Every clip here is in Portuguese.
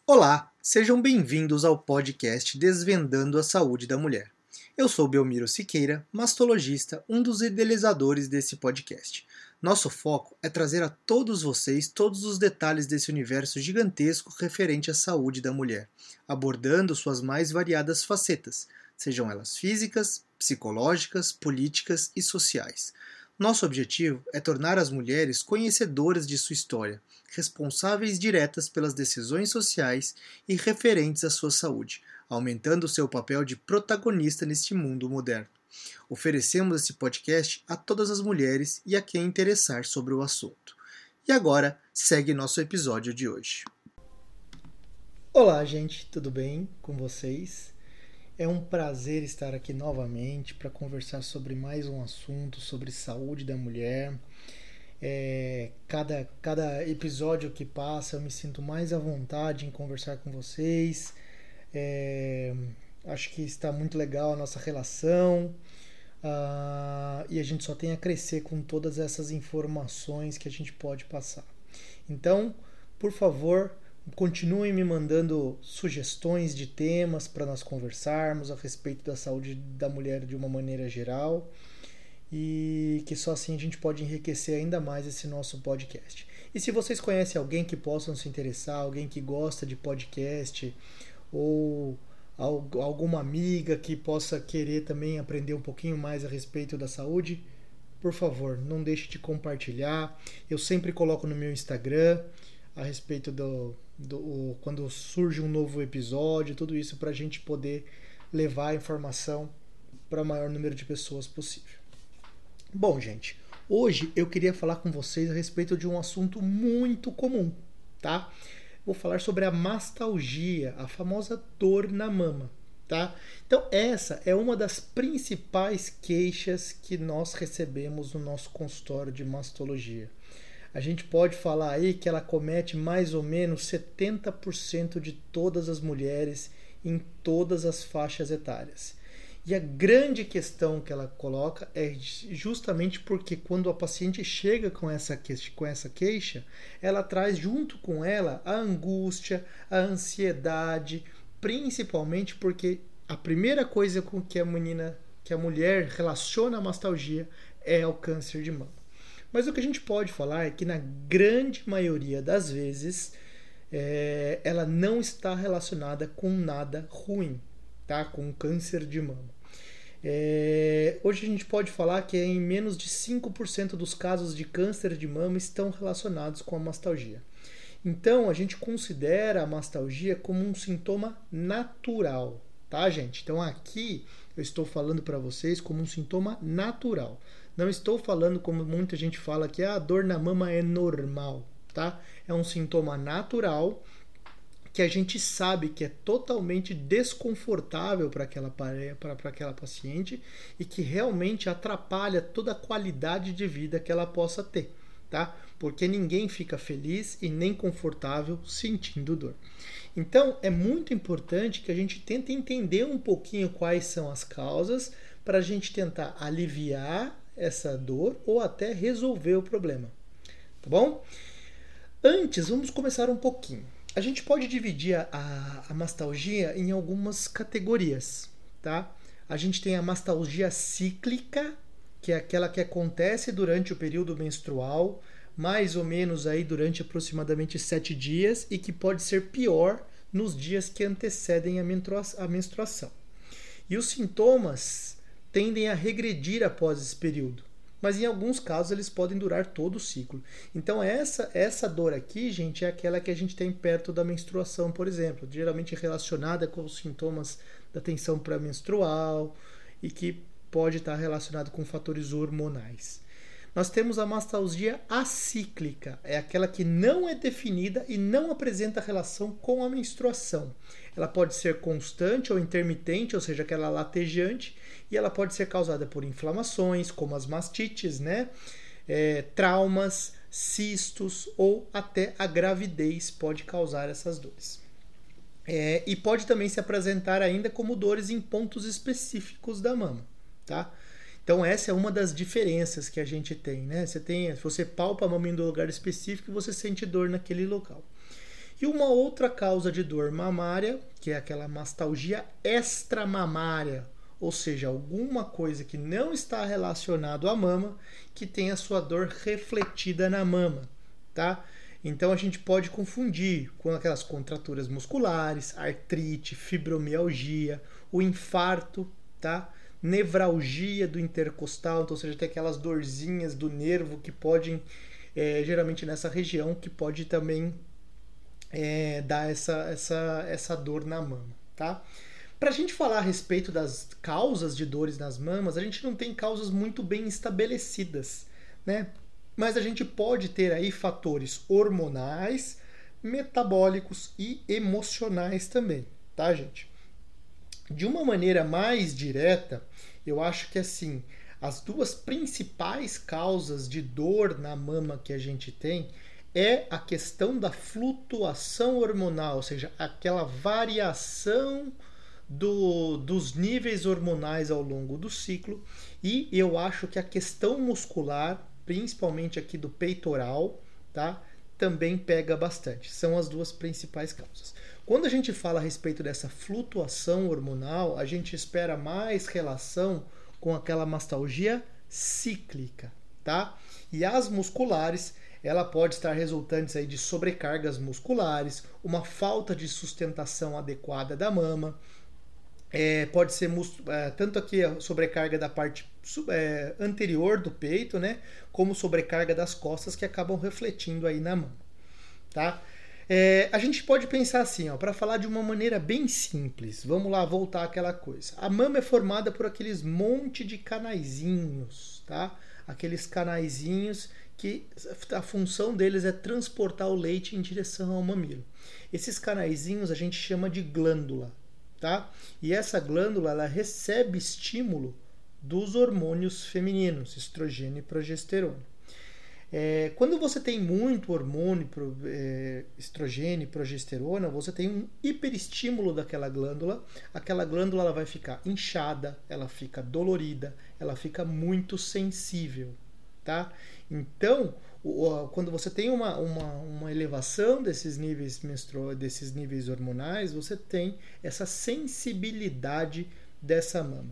Olá, sejam bem-vindos ao podcast Desvendando a Saúde da Mulher. Eu sou Belmiro Siqueira, mastologista, um dos idealizadores desse podcast. Nosso foco é trazer a todos vocês todos os detalhes desse universo gigantesco referente à saúde da mulher, abordando suas mais variadas facetas, sejam elas físicas, psicológicas, políticas e sociais. Nosso objetivo é tornar as mulheres conhecedoras de sua história, responsáveis diretas pelas decisões sociais e referentes à sua saúde, aumentando seu papel de protagonista neste mundo moderno. Oferecemos esse podcast a todas as mulheres e a quem interessar sobre o assunto. E agora, segue nosso episódio de hoje. Olá, gente, tudo bem com vocês? É um prazer estar aqui novamente para conversar sobre mais um assunto, sobre saúde da mulher. Cada episódio que passa eu me sinto mais à vontade em conversar com vocês. Acho que está muito legal a nossa relação e a gente só tem a crescer com todas essas informações que a gente pode passar. Então, por favor, continuem me mandando sugestões de temas para nós conversarmos a respeito da saúde da mulher de uma maneira geral e que só assim a gente pode enriquecer ainda mais esse nosso podcast. E se vocês conhecem alguém que possam se interessar, alguém que gosta de podcast ou alguma amiga que possa querer também aprender um pouquinho mais a respeito da saúde, por favor, não deixe de compartilhar. Eu sempre coloco no meu Instagram a respeito quando surge um novo episódio, tudo isso para a gente poder levar a informação para o maior número de pessoas possível. Bom, gente, hoje eu queria falar com vocês a respeito de um assunto muito comum, tá? Vou falar sobre a mastalgia, a famosa dor na mama, tá? Então essa é uma das principais queixas que nós recebemos no nosso consultório de mastologia. A gente pode falar aí que ela comete mais ou menos 70% de todas as mulheres em todas as faixas etárias. E a grande questão que ela coloca é justamente porque quando a paciente chega com essa queixa, ela traz junto com ela a angústia, a ansiedade, principalmente porque a primeira coisa com que a mulher relaciona a mastalgia é o câncer de mama. Mas o que a gente pode falar é que na grande maioria das vezes ela não está relacionada com nada ruim, tá? Com câncer de mama. Hoje a gente pode falar que em menos de 5% dos casos de câncer de mama estão relacionados com a mastalgia. Então a gente considera a mastalgia como um sintoma natural, tá, gente? Então aqui eu estou falando para vocês como um sintoma natural. Não estou falando como muita gente fala que a dor na mama é normal, tá? É um sintoma natural que a gente sabe que é totalmente desconfortável para aquela paciente e que realmente atrapalha toda a qualidade de vida que ela possa ter, tá? Porque ninguém fica feliz e nem confortável sentindo dor. Então, é muito importante que a gente tente entender um pouquinho quais são as causas para a gente tentar aliviar essa dor ou até resolver o problema, tá bom? Antes, vamos começar um pouquinho. A gente pode dividir a mastalgia em algumas categorias, tá? A gente tem a mastalgia cíclica, que é aquela que acontece durante o período menstrual, mais ou menos aí durante aproximadamente 7 dias e que pode ser pior nos dias que antecedem a menstruação. E os sintomas tendem a regredir após esse período, mas em alguns casos eles podem durar todo o ciclo. Então essa dor aqui, gente, é aquela que a gente tem perto da menstruação, por exemplo, geralmente relacionada com os sintomas da tensão pré-menstrual e que pode estar relacionado com fatores hormonais. Nós temos a mastalgia acíclica, é aquela que não é definida e não apresenta relação com a menstruação. Ela pode ser constante ou intermitente, ou seja, aquela latejante, e ela pode ser causada por inflamações, como as mastites, né? Traumas, cistos ou até a gravidez pode causar essas dores. E pode também se apresentar ainda como dores em pontos específicos da mama, tá? Então essa é uma das diferenças que a gente tem, né? Você palpa a mama em um lugar específico e você sente dor naquele local. E uma outra causa de dor mamária, que é aquela mastalgia extramamária, ou seja, alguma coisa que não está relacionado à mama, que tem a sua dor refletida na mama, tá? Então a gente pode confundir com aquelas contraturas musculares, artrite, fibromialgia, o infarto, tá? Nevralgia do intercostal, então, ou seja, tem aquelas dorzinhas do nervo que podem, geralmente nessa região, que pode também dar essa dor na mama, tá? Para a gente falar a respeito das causas de dores nas mamas, a gente não tem causas muito bem estabelecidas, né? Mas a gente pode ter aí fatores hormonais, metabólicos e emocionais também, tá, gente? De uma maneira mais direta, eu acho que assim, as duas principais causas de dor na mama que a gente tem é a questão da flutuação hormonal, ou seja, aquela variação dos níveis hormonais ao longo do ciclo, e eu acho que a questão muscular, principalmente aqui do peitoral, tá? Também pega bastante. São as duas principais causas. Quando a gente fala a respeito dessa flutuação hormonal, a gente espera mais relação com aquela mastalgia cíclica, tá? E as musculares, ela pode estar resultantes aí de sobrecargas musculares, uma falta de sustentação adequada da mama, pode ser tanto aqui a sobrecarga da parte anterior do peito, né, como sobrecarga das costas que acabam refletindo aí na mão, tá? A gente pode pensar assim, para falar de uma maneira bem simples, vamos lá voltar àquela coisa. A mama é formada por aqueles monte de canaizinhos, tá? Aqueles canaizinhos que a função deles é transportar o leite em direção ao mamilo. Esses canaizinhos a gente chama de glândula, tá? E essa glândula ela recebe estímulo dos hormônios femininos, estrogênio e progesterona. Quando você tem muito hormônio, estrogênio e progesterona, você tem um hiperestímulo daquela glândula. Aquela glândula ela vai ficar inchada, ela fica dolorida, ela fica muito sensível, tá? Então, quando você tem uma elevação desses níveis desses níveis hormonais, você tem essa sensibilidade dessa mama.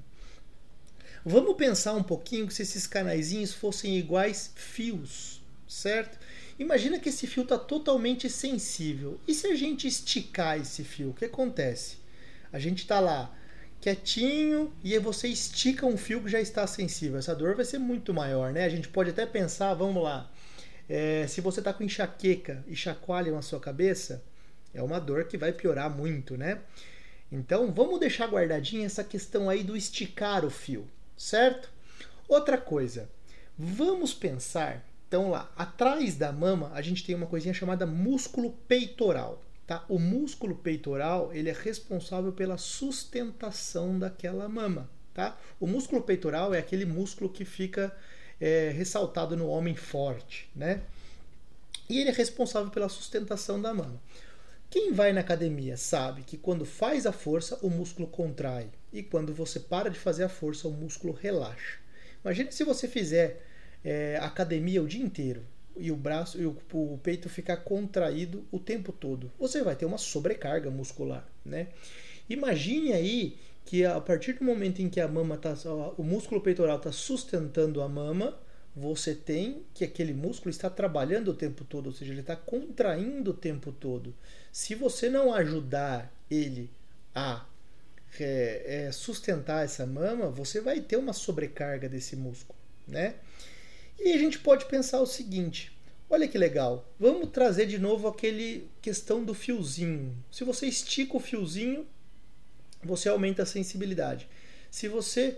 Vamos pensar um pouquinho que se esses canaizinhos fossem iguais fios, certo? Imagina que esse fio está totalmente sensível. E se a gente esticar esse fio, o que acontece? A gente está lá quietinho e aí você estica um fio que já está sensível. Essa dor vai ser muito maior, né? A gente pode até pensar, vamos lá, se você está com enxaqueca e chacoalham a sua cabeça, é uma dor que vai piorar muito, né? Então, vamos deixar guardadinha essa questão aí do esticar o fio, certo? Outra coisa, vamos pensar, então lá, atrás da mama a gente tem uma coisinha chamada músculo peitoral, tá? O músculo peitoral, ele é responsável pela sustentação daquela mama, tá? O músculo peitoral é aquele músculo que fica ressaltado no homem forte, né? E ele é responsável pela sustentação da mama. Quem vai na academia sabe que quando faz a força, o músculo contrai. E quando você para de fazer a força, o músculo relaxa. Imagina se você fizer academia o dia inteiro e o braço e o peito ficar contraído o tempo todo. Você vai ter uma sobrecarga muscular, né? Imagine aí que a partir do momento em que o músculo peitoral está sustentando a mama, você tem que aquele músculo está trabalhando o tempo todo, ou seja, ele está contraindo o tempo todo. Se você não ajudar ele a sustentar essa mama, você vai ter uma sobrecarga desse músculo, né? E a gente pode pensar o seguinte, olha que legal, vamos trazer de novo aquele questão do fiozinho. Se você estica o fiozinho, você aumenta a sensibilidade. Se você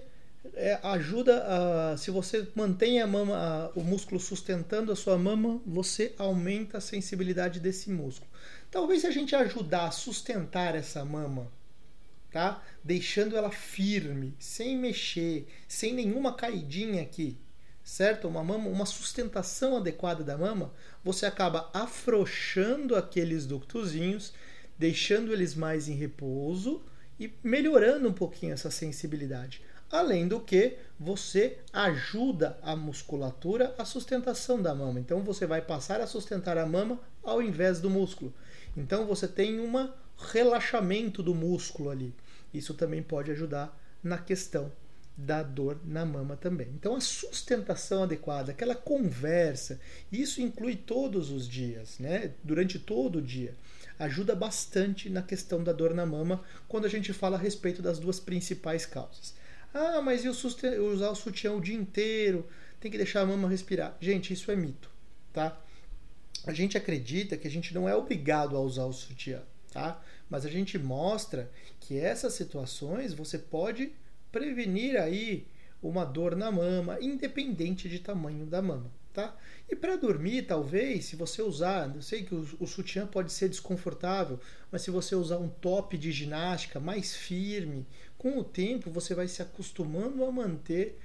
se você mantém a mama, o músculo sustentando a sua mama, você aumenta a sensibilidade desse músculo. Talvez se a gente ajudar a sustentar essa mama, tá? Deixando ela firme, sem mexer, sem nenhuma caidinha aqui, certo? Uma sustentação adequada da mama, você acaba afrouxando aqueles ductozinhos, deixando eles mais em repouso e melhorando um pouquinho essa sensibilidade. Além do que, você ajuda a musculatura a sustentação da mama. Então, você vai passar a sustentar a mama ao invés do músculo. Então você tem um relaxamento do músculo ali. Isso também pode ajudar na questão da dor na mama também. Então a sustentação adequada, aquela conversa, isso inclui todos os dias, né? Durante todo o dia, ajuda bastante na questão da dor na mama quando a gente fala a respeito das duas principais causas. Ah, mas e usar o sutiã o dia inteiro? Tem que deixar a mama respirar. Gente, isso é mito, tá? A gente acredita que a gente não é obrigado a usar o sutiã, tá? Mas a gente mostra que essas situações você pode prevenir aí uma dor na mama, independente de tamanho da mama, tá? E para dormir, talvez, se você usar, eu sei que o sutiã pode ser desconfortável, mas se você usar um top de ginástica mais firme, com o tempo você vai se acostumando a manter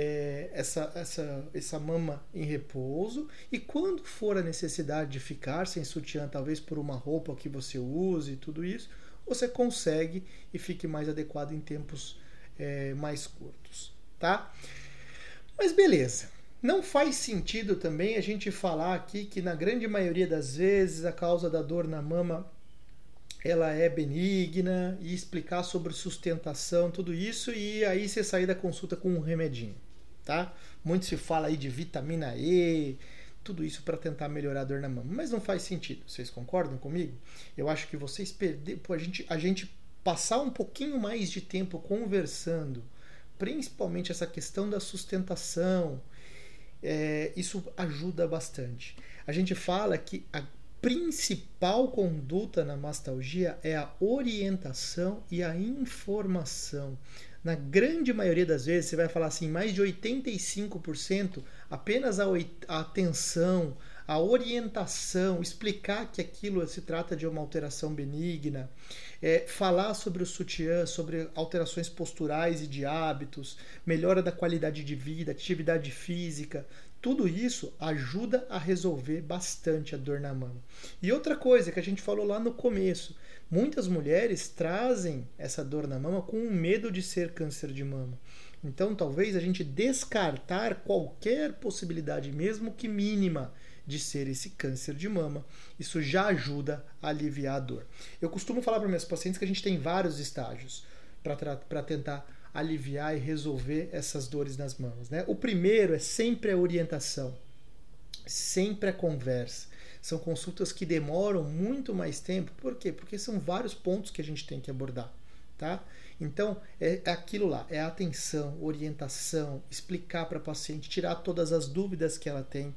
essa mama em repouso, e quando for a necessidade de ficar sem sutiã, talvez por uma roupa que você use e tudo isso, você consegue e fique mais adequado em tempos mais curtos, tá? Mas beleza. Não faz sentido também a gente falar aqui que na grande maioria das vezes a causa da dor na mama ela é benigna e explicar sobre sustentação, tudo isso, e aí você sair da consulta com um remedinho, tá? Muito se fala aí de vitamina E, tudo isso para tentar melhorar a dor na mama, mas não faz sentido. Vocês concordam comigo? Eu acho que vocês perderam, a gente passar um pouquinho mais de tempo conversando, principalmente essa questão da sustentação, isso ajuda bastante. A gente fala que a principal conduta na mastalgia é a orientação e a informação. Na grande maioria das vezes, você vai falar assim, mais de 85%, apenas a atenção, a orientação, explicar que aquilo se trata de uma alteração benigna, falar sobre o sutiã, sobre alterações posturais e de hábitos, melhora da qualidade de vida, atividade física, tudo isso ajuda a resolver bastante a dor na mama. E outra coisa que a gente falou lá no começo, muitas mulheres trazem essa dor na mama com medo de ser câncer de mama. Então talvez a gente descartar qualquer possibilidade, mesmo que mínima, de ser esse câncer de mama. Isso já ajuda a aliviar a dor. Eu costumo falar para meus pacientes que a gente tem vários estágios para tentar aliviar e resolver essas dores nas mamas, né? O primeiro é sempre a orientação, sempre a conversa. São consultas que demoram muito mais tempo. Por quê? Porque são vários pontos que a gente tem que abordar, tá? Então, é aquilo lá, é a atenção, orientação, explicar para a paciente, tirar todas as dúvidas que ela tem.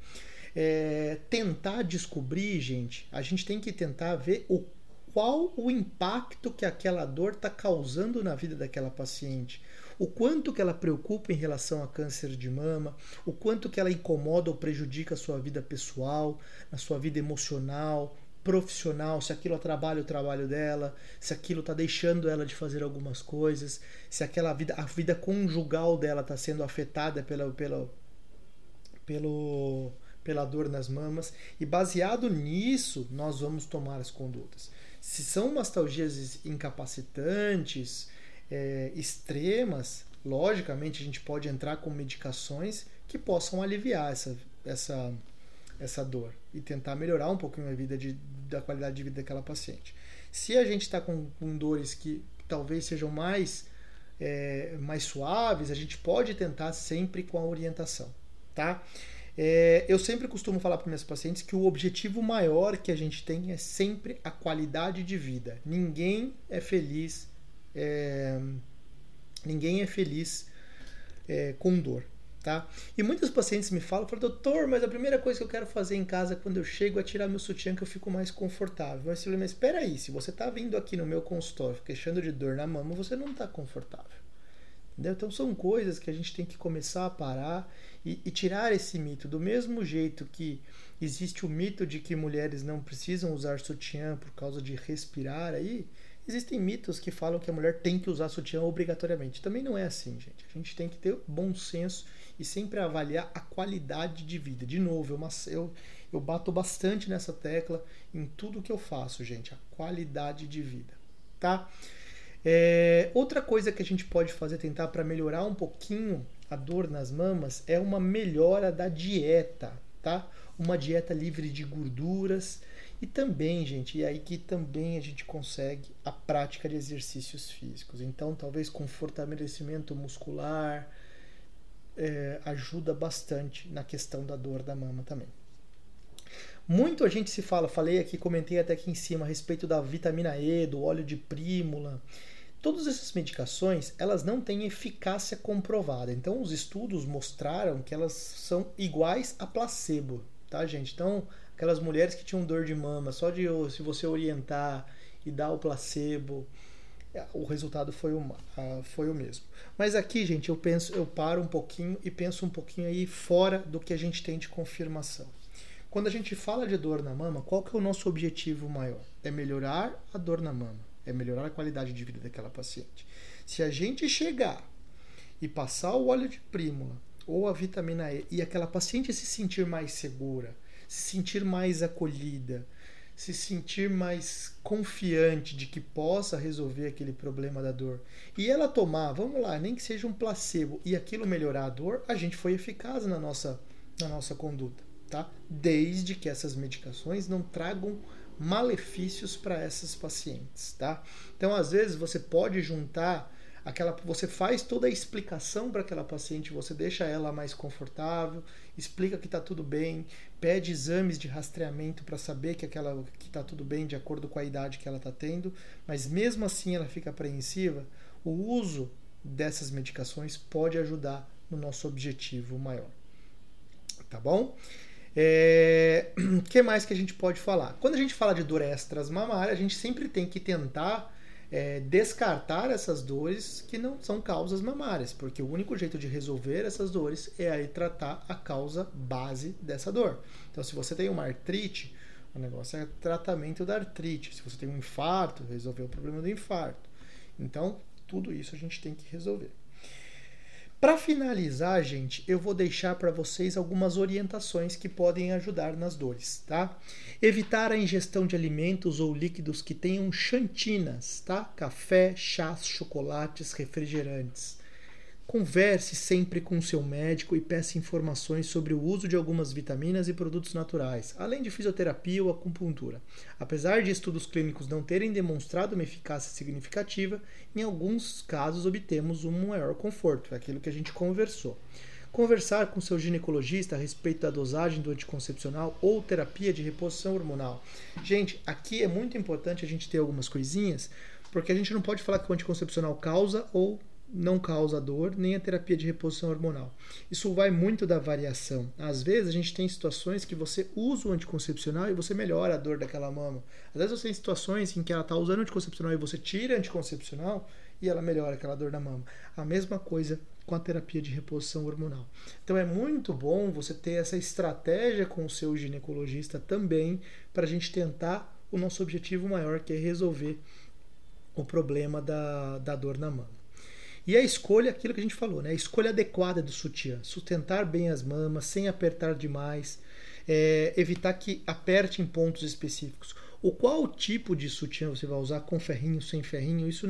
Tentar descobrir, gente, a gente tem que tentar ver qual o impacto que aquela dor está causando na vida daquela paciente, o quanto que ela preocupa em relação a câncer de mama, o quanto que ela incomoda ou prejudica a sua vida pessoal, na sua vida emocional, profissional, se aquilo atrapalha o trabalho dela, se aquilo está deixando ela de fazer algumas coisas, se a vida conjugal dela está sendo afetada pela dor nas mamas, e baseado nisso nós vamos tomar as condutas. Se são mastalgias incapacitantes, extremas, logicamente a gente pode entrar com medicações que possam aliviar essa dor e tentar melhorar um pouquinho a vida da qualidade de vida daquela paciente. Se a gente está com dores que talvez sejam mais suaves, a gente pode tentar sempre com a orientação, tá? Eu sempre costumo falar para meus pacientes que o objetivo maior que a gente tem é sempre a qualidade de vida. Ninguém é feliz com dor, tá? E muitos pacientes me falam, doutor, mas a primeira coisa que eu quero fazer em casa quando eu chego é tirar meu sutiã, que eu fico mais confortável. Mas espera aí, se você está vindo aqui no meu consultório queixando de dor na mama, você não está confortável. Entendeu? Então são coisas que a gente tem que começar a parar e tirar esse mito. Do mesmo jeito que existe o mito de que mulheres não precisam usar sutiã por causa de respirar aí, existem mitos que falam que a mulher tem que usar sutiã obrigatoriamente. Também não é assim, gente. A gente tem que ter bom senso e sempre avaliar a qualidade de vida. De novo, eu bato bastante nessa tecla em tudo que eu faço, gente. A qualidade de vida, tá? Outra coisa que a gente pode fazer, tentar para melhorar um pouquinho a dor nas mamas, é uma melhora da dieta, tá? Uma dieta livre de gorduras E também, gente, e aí que também a gente consegue a prática de exercícios físicos. Então, talvez com fortalecimento muscular, ajuda bastante na questão da dor da mama também. Muito a gente se fala, falei aqui, comentei até aqui em cima a respeito da vitamina E, do óleo de prímula. Todas essas medicações, elas não têm eficácia comprovada. Então, os estudos mostraram que elas são iguais a placebo, tá, gente? Então, aquelas mulheres que tinham dor de mama, só de se você orientar e dar o placebo, o resultado foi o mesmo. Mas aqui, gente, eu paro um pouquinho e penso um pouquinho aí fora do que a gente tem de confirmação. Quando a gente fala de dor na mama, qual que é o nosso objetivo maior? É melhorar a dor na mama, é melhorar a qualidade de vida daquela paciente. Se a gente chegar e passar o óleo de prímula ou a vitamina E e aquela paciente se sentir mais segura, se sentir mais acolhida, se sentir mais confiante de que possa resolver aquele problema da dor, e ela tomar, vamos lá, nem que seja um placebo, e aquilo melhorar a dor, a gente foi eficaz na nossa conduta. Tá? Desde que essas medicações não tragam malefícios para essas pacientes, tá? Então, às vezes você pode juntar você faz toda a explicação para aquela paciente, você deixa ela mais confortável, explica que está tudo bem, pede exames de rastreamento para saber que está tudo bem de acordo com a idade que ela está tendo, mas mesmo assim ela fica apreensiva. O uso dessas medicações pode ajudar no nosso objetivo maior, tá bom? Que mais que a gente pode falar? Quando a gente fala de dor extramamária, a gente sempre tem que tentar descartar essas dores que não são causas mamárias, porque o único jeito de resolver essas dores é aí tratar a causa base dessa dor. Então, se você tem uma artrite, o negócio é tratamento da artrite. Se você tem um infarto, resolver o problema do infarto. Então, tudo isso a gente tem que resolver. Para finalizar, gente, eu vou deixar para vocês algumas orientações que podem ajudar nas dores, tá? Evitar a ingestão de alimentos ou líquidos que tenham xantinas, tá? Café, chás, chocolates, refrigerantes. Converse sempre com o seu médico e peça informações sobre o uso de algumas vitaminas e produtos naturais, além de fisioterapia ou acupuntura. Apesar de estudos clínicos não terem demonstrado uma eficácia significativa, em alguns casos obtemos um maior conforto, é aquilo que a gente conversou. Conversar com seu ginecologista a respeito da dosagem do anticoncepcional ou terapia de reposição hormonal. Gente, aqui é muito importante a gente ter algumas coisinhas, porque a gente não pode falar que o anticoncepcional causa ou não causa dor, nem a terapia de reposição hormonal. Isso vai muito da variação. Às vezes a gente tem situações que você usa o anticoncepcional e você melhora a dor daquela mama. Às vezes você tem situações em que ela está usando o anticoncepcional e você tira o anticoncepcional e ela melhora aquela dor da mama. A mesma coisa com a terapia de reposição hormonal. Então é muito bom você ter essa estratégia com o seu ginecologista também, para a gente tentar o nosso objetivo maior, que é resolver o problema da dor na mama. E a escolha, aquilo que a gente falou, né? A escolha adequada do sutiã. Sustentar bem as mamas, sem apertar demais. Evitar que aperte em pontos específicos. O qual tipo de sutiã você vai usar, com ferrinho, sem ferrinho, isso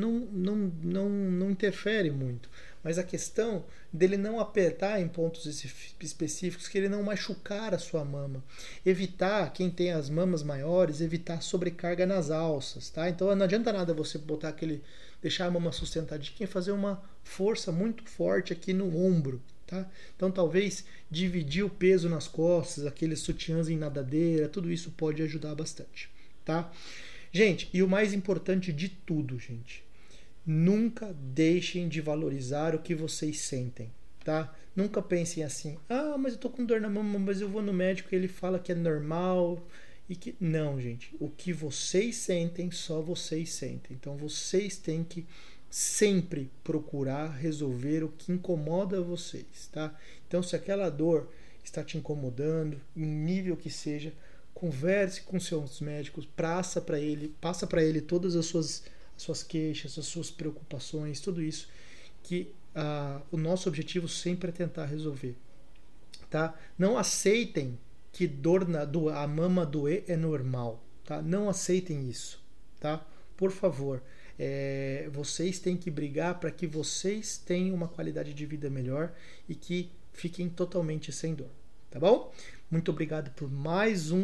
não interfere muito. Mas a questão dele não apertar em pontos específicos, que ele não machucar a sua mama. Evitar, quem tem as mamas maiores, evitar sobrecarga nas alças, tá? Então não adianta nada você botar deixar a mama sustentadinha e fazer uma força muito forte aqui no ombro, tá? Então talvez dividir o peso nas costas, aqueles sutiãs em nadadeira, tudo isso pode ajudar bastante, tá? Gente, e o mais importante de tudo, gente, nunca deixem de valorizar o que vocês sentem, tá? Nunca pensem assim, mas eu tô com dor na mama, mas eu vou no médico e ele fala que é normal. Não, gente, o que vocês sentem, só vocês sentem. Então vocês têm que sempre procurar resolver o que incomoda vocês, tá? Então se aquela dor está te incomodando, em nível que seja, converse com seus médicos, passa para ele todas as suas queixas, as suas preocupações, tudo isso, que o nosso objetivo sempre é tentar resolver, tá? Não aceitem que a mama doer é normal, tá? Não aceitem isso, tá? Por favor, vocês têm que brigar para que vocês tenham uma qualidade de vida melhor e que fiquem totalmente sem dor, tá bom? Muito obrigado por mais um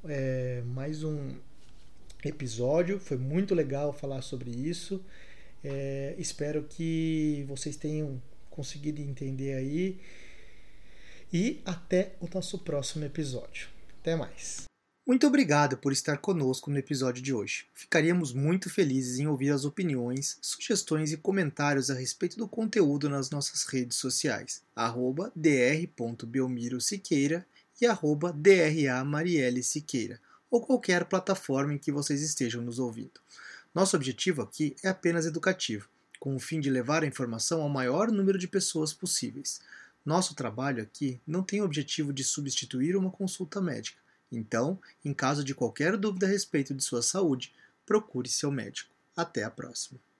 mais um episódio. Foi muito legal falar sobre isso. Espero que vocês tenham conseguido entender aí. E até o nosso próximo episódio. Até mais. Muito obrigado por estar conosco no episódio de hoje. Ficaríamos muito felizes em ouvir as opiniões, sugestões e comentários a respeito do conteúdo nas nossas redes sociais, @dr.belmirosiqueira e @DRAMarielleSiqueira, ou qualquer plataforma em que vocês estejam nos ouvindo. Nosso objetivo aqui é apenas educativo, com o fim de levar a informação ao maior número de pessoas possíveis. Nosso trabalho aqui não tem o objetivo de substituir uma consulta médica. Então, em caso de qualquer dúvida a respeito de sua saúde, procure seu médico. Até a próxima.